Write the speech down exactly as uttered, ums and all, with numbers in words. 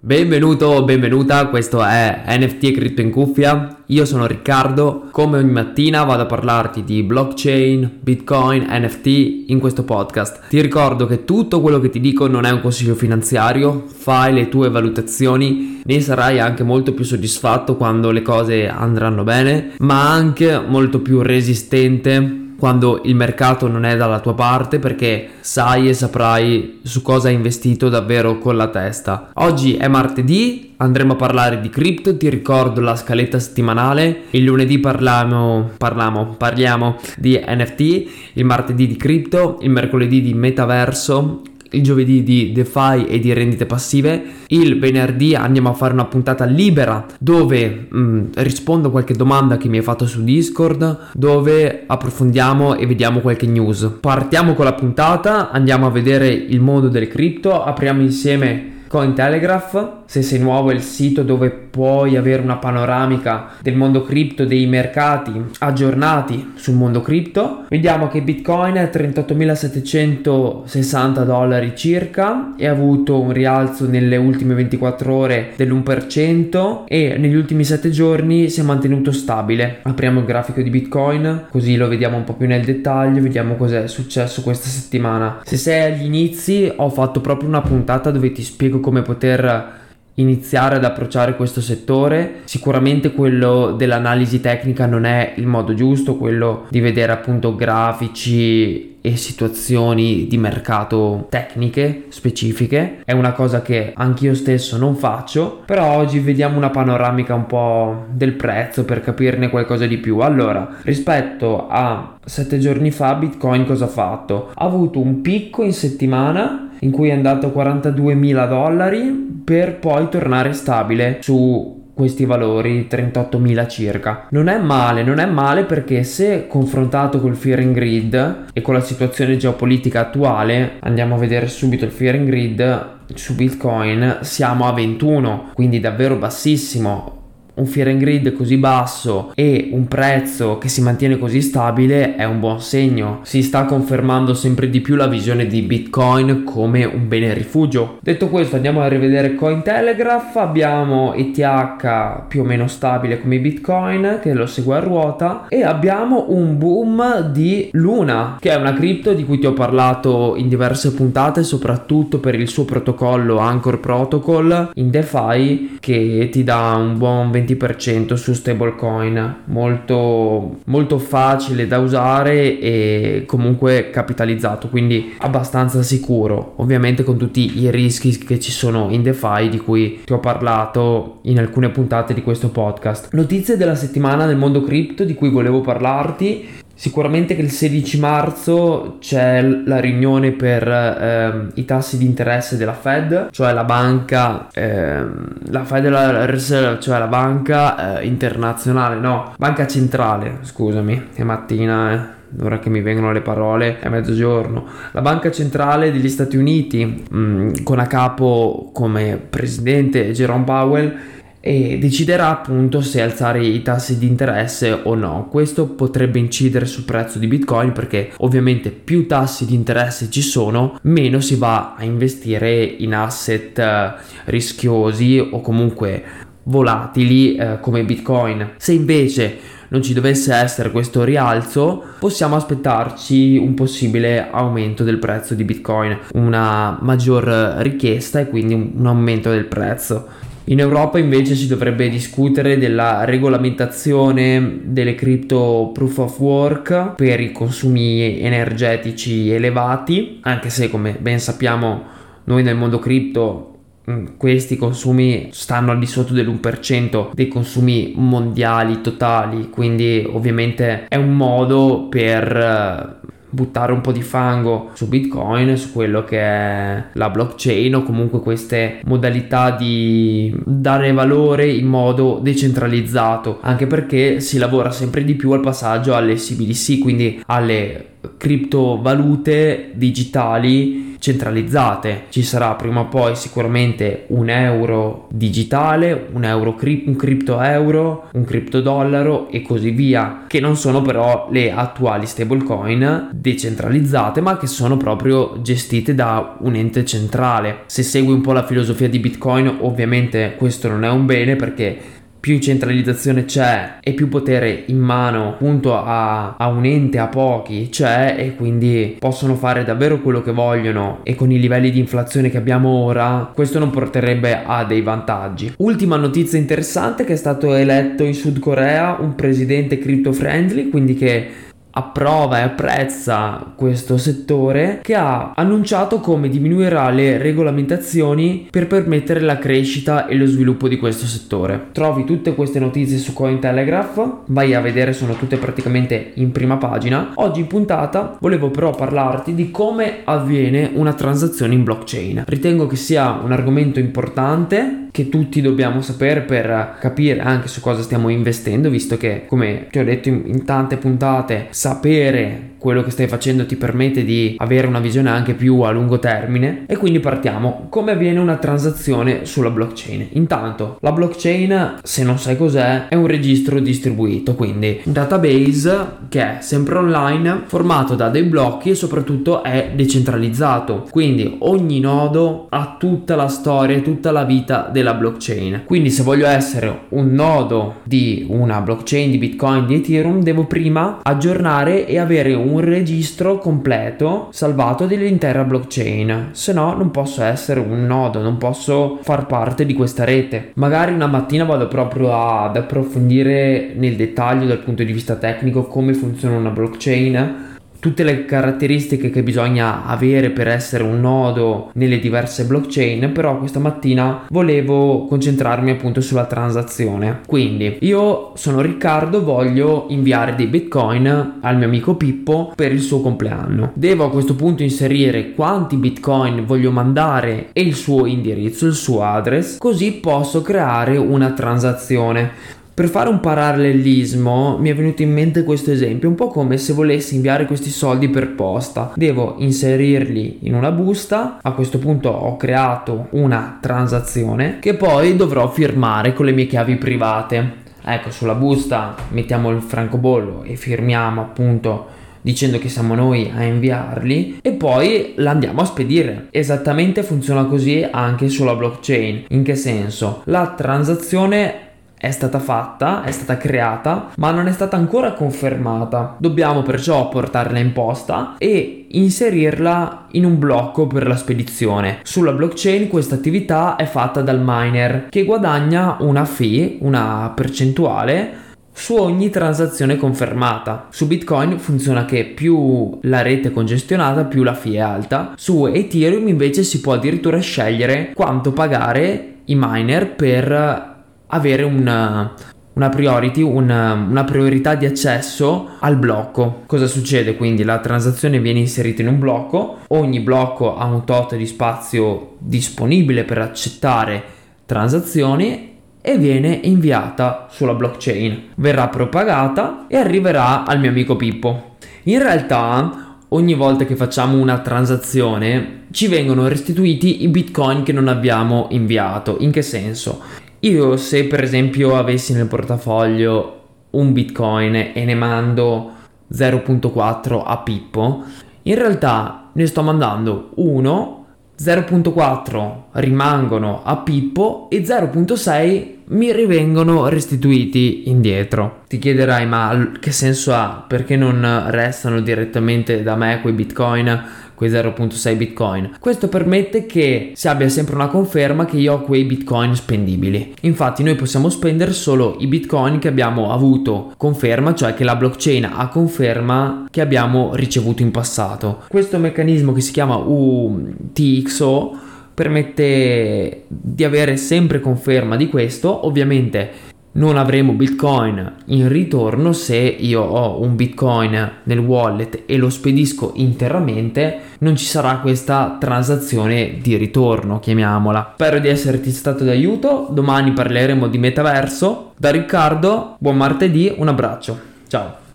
Benvenuto o benvenuta, questo è N F T e Cripto in Cuffia. Io sono Riccardo, come ogni mattina vado a parlarti di blockchain, Bitcoin, N F T in questo podcast. Ti ricordo che tutto quello che ti dico non è un consiglio finanziario, fai le tue valutazioni, ne sarai anche molto più soddisfatto quando le cose andranno bene, ma anche molto più resistente quando il mercato non è dalla tua parte, perché sai e saprai su cosa hai investito davvero con la testa. Oggi è martedì, andremo a parlare di cripto. Ti ricordo la scaletta settimanale: il lunedì parliamo, parliamo, parliamo di N F T, il martedì di cripto, il mercoledì di metaverso, il giovedì di DeFi e di rendite passive. Il venerdì andiamo a fare una puntata libera dove mh, rispondo a qualche domanda che mi hai fatto su Discord, dove approfondiamo e vediamo qualche news. Partiamo con la puntata, andiamo a vedere il mondo delle cripto, apriamo insieme Cointelegraph. Se sei nuovo, è il sito dove puoi avere una panoramica del mondo cripto, dei mercati aggiornati sul mondo cripto. Vediamo che Bitcoin è trentottomilasettecentosessanta dollari circa e ha avuto un rialzo nelle ultime ventiquattro ore dell'uno per cento e negli ultimi sette giorni si è mantenuto stabile. Apriamo il grafico di Bitcoin così lo vediamo un po' più nel dettaglio, vediamo cos'è successo questa settimana. Se sei agli inizi, ho fatto proprio una puntata dove ti spiego come poter iniziare ad approcciare questo settore. Sicuramente quello dell'analisi tecnica non è il modo giusto, quello di vedere appunto grafici e situazioni di mercato tecniche specifiche è una cosa che anch'io stesso non faccio, però oggi vediamo una panoramica un po' del prezzo per capirne qualcosa di più. Allora, rispetto a sette giorni fa, Bitcoin cosa ha fatto? Ha avuto un picco in settimana in cui è andato a quarantaduemila dollari per poi tornare stabile su questi valori, trentottomila circa. Non è male, non è male perché se confrontato col Fear and Greed e con la situazione geopolitica attuale, andiamo a vedere subito il Fear and Greed su Bitcoin, siamo a ventuno, quindi davvero bassissimo. Un Fear and Greed così basso e un prezzo che si mantiene così stabile è un buon segno. Si sta confermando sempre di più la visione di Bitcoin come un bene rifugio. Detto questo, andiamo a rivedere Cointelegraph. Abbiamo E T H più o meno stabile come Bitcoin che lo segue a ruota e abbiamo un boom di Luna, che è una cripto di cui ti ho parlato in diverse puntate, soprattutto per il suo protocollo Anchor Protocol in DeFi, che ti dà un buon venti per cento su stablecoin, molto molto facile da usare e comunque capitalizzato, quindi abbastanza sicuro, ovviamente con tutti i rischi che ci sono in DeFi di cui ti ho parlato in alcune puntate di questo podcast. Notizie della settimana del mondo cripto di cui volevo parlarti: sicuramente che il sedici marzo c'è la riunione per ehm, i tassi di interesse della Fed, cioè la banca, ehm, la Federal Reserve, cioè la banca eh, internazionale, no, banca centrale, scusami, è mattina, eh. Ora che mi vengono le parole è mezzogiorno. La banca centrale degli Stati Uniti, mh, con a capo come presidente Jerome Powell, e deciderà appunto se alzare i tassi di interesse o no. Questo potrebbe incidere sul prezzo di Bitcoin perché ovviamente più tassi di interesse ci sono, meno si va a investire in asset eh, rischiosi o comunque volatili eh, come Bitcoin. Se invece non ci dovesse essere questo rialzo, possiamo aspettarci un possibile aumento del prezzo di Bitcoin, una maggior richiesta e quindi un, un aumento del prezzo. In Europa invece si dovrebbe discutere della regolamentazione delle cripto proof of work per i consumi energetici elevati, anche se come ben sappiamo noi nel mondo cripto questi consumi stanno al di sotto dell'uno per cento dei consumi mondiali totali, quindi ovviamente è un modo per buttare un po' di fango su Bitcoin, su quello che è la blockchain o comunque queste modalità di dare valore in modo decentralizzato, anche perché si lavora sempre di più al passaggio alle C B D C, quindi alle criptovalute digitali centralizzate. Ci sarà prima o poi sicuramente un euro digitale, un euro cri- un cripto euro, un cripto dollaro e così via, che non sono però le attuali stablecoin decentralizzate, ma che sono proprio gestite da un ente centrale. Se segui un po' la filosofia di Bitcoin, ovviamente questo non è un bene, perché più centralizzazione c'è e più potere in mano appunto a, a un ente, a pochi c'è, e quindi possono fare davvero quello che vogliono, e con i livelli di inflazione che abbiamo ora questo non porterebbe a dei vantaggi. Ultima notizia interessante, che è stato eletto in Sud Corea un presidente crypto friendly, quindi che approva e apprezza questo settore, che ha annunciato come diminuirà le regolamentazioni per permettere la crescita e lo sviluppo di questo settore. Trovi tutte queste notizie su Cointelegraph, vai a vedere, sono tutte praticamente in prima pagina. Oggi in puntata volevo però parlarti di come avviene una transazione in blockchain. Ritengo che sia un argomento importante che tutti dobbiamo sapere per capire anche su cosa stiamo investendo, visto che, come ti ho detto in, in tante puntate, sapere quello che stai facendo ti permette di avere una visione anche più a lungo termine. E quindi partiamo. Come avviene una transazione sulla blockchain? Intanto, la blockchain, se non sai cos'è, è un registro distribuito, quindi un database che è sempre online, formato da dei blocchi e soprattutto è decentralizzato, quindi ogni nodo ha tutta la storia, tutta la vita della blockchain. Quindi se voglio essere un nodo di una blockchain di Bitcoin, di Ethereum, devo prima aggiornare e avere un registro completo salvato dell'intera blockchain, se no non posso essere un nodo, non posso far parte di questa rete. Magari una mattina vado proprio ad approfondire nel dettaglio dal punto di vista tecnico come funziona una blockchain, tutte le caratteristiche che bisogna avere per essere un nodo nelle diverse blockchain, però questa mattina volevo concentrarmi appunto sulla transazione. Quindi io sono Riccardo, voglio inviare dei bitcoin al mio amico Pippo per il suo compleanno. Devo a questo punto inserire quanti bitcoin voglio mandare e il suo indirizzo, il suo address, così posso creare una transazione. Per fare un parallelismo mi è venuto in mente questo esempio, un po' come se volessi inviare questi soldi per posta. Devo inserirli in una busta, a questo punto ho creato una transazione che poi dovrò firmare con le mie chiavi private. Ecco, sulla busta mettiamo il francobollo e firmiamo appunto dicendo che siamo noi a inviarli, e poi la andiamo a spedire. Esattamente funziona così anche sulla blockchain. In che senso? La transazione è stata fatta, è stata creata, ma non è stata ancora confermata. Dobbiamo perciò portarla in posta e inserirla in un blocco per la spedizione. Sulla blockchain questa attività è fatta dal miner, che guadagna una fee, una percentuale, su ogni transazione confermata. Su Bitcoin funziona che più la rete è congestionata, più la fee è alta. Su Ethereum invece si può addirittura scegliere quanto pagare i miner per avere una, una priority, una, una priorità di accesso al blocco. Cosa succede? Quindi la transazione viene inserita in un blocco, ogni blocco ha un tot di spazio disponibile per accettare transazioni e viene inviata sulla blockchain, verrà propagata e arriverà al mio amico Pippo. In realtà ogni volta che facciamo una transazione ci vengono restituiti i bitcoin che non abbiamo inviato. In che senso? Io, se per esempio avessi nel portafoglio un bitcoin e ne mando zero virgola quattro a Pippo, in realtà ne sto mandando uno, zero virgola quattro rimangono a Pippo e zero virgola sei mi rivengono restituiti indietro. Ti chiederai, ma che senso ha? Perché non restano direttamente da me quei bitcoin, quei zero virgola sei bitcoin? Questo permette che si abbia sempre una conferma che io ho quei bitcoin spendibili. Infatti noi possiamo spendere solo i bitcoin che abbiamo avuto conferma, cioè che la blockchain ha conferma che abbiamo ricevuto in passato. Questo meccanismo, che si chiama U T X O, permette di avere sempre conferma di questo. Ovviamente non avremo bitcoin in ritorno se io ho un bitcoin nel wallet e lo spedisco interamente, non ci sarà questa transazione di ritorno, chiamiamola. Spero di esserti stato d'aiuto. Domani parleremo di metaverso. Da Riccardo, buon martedì, un abbraccio, ciao.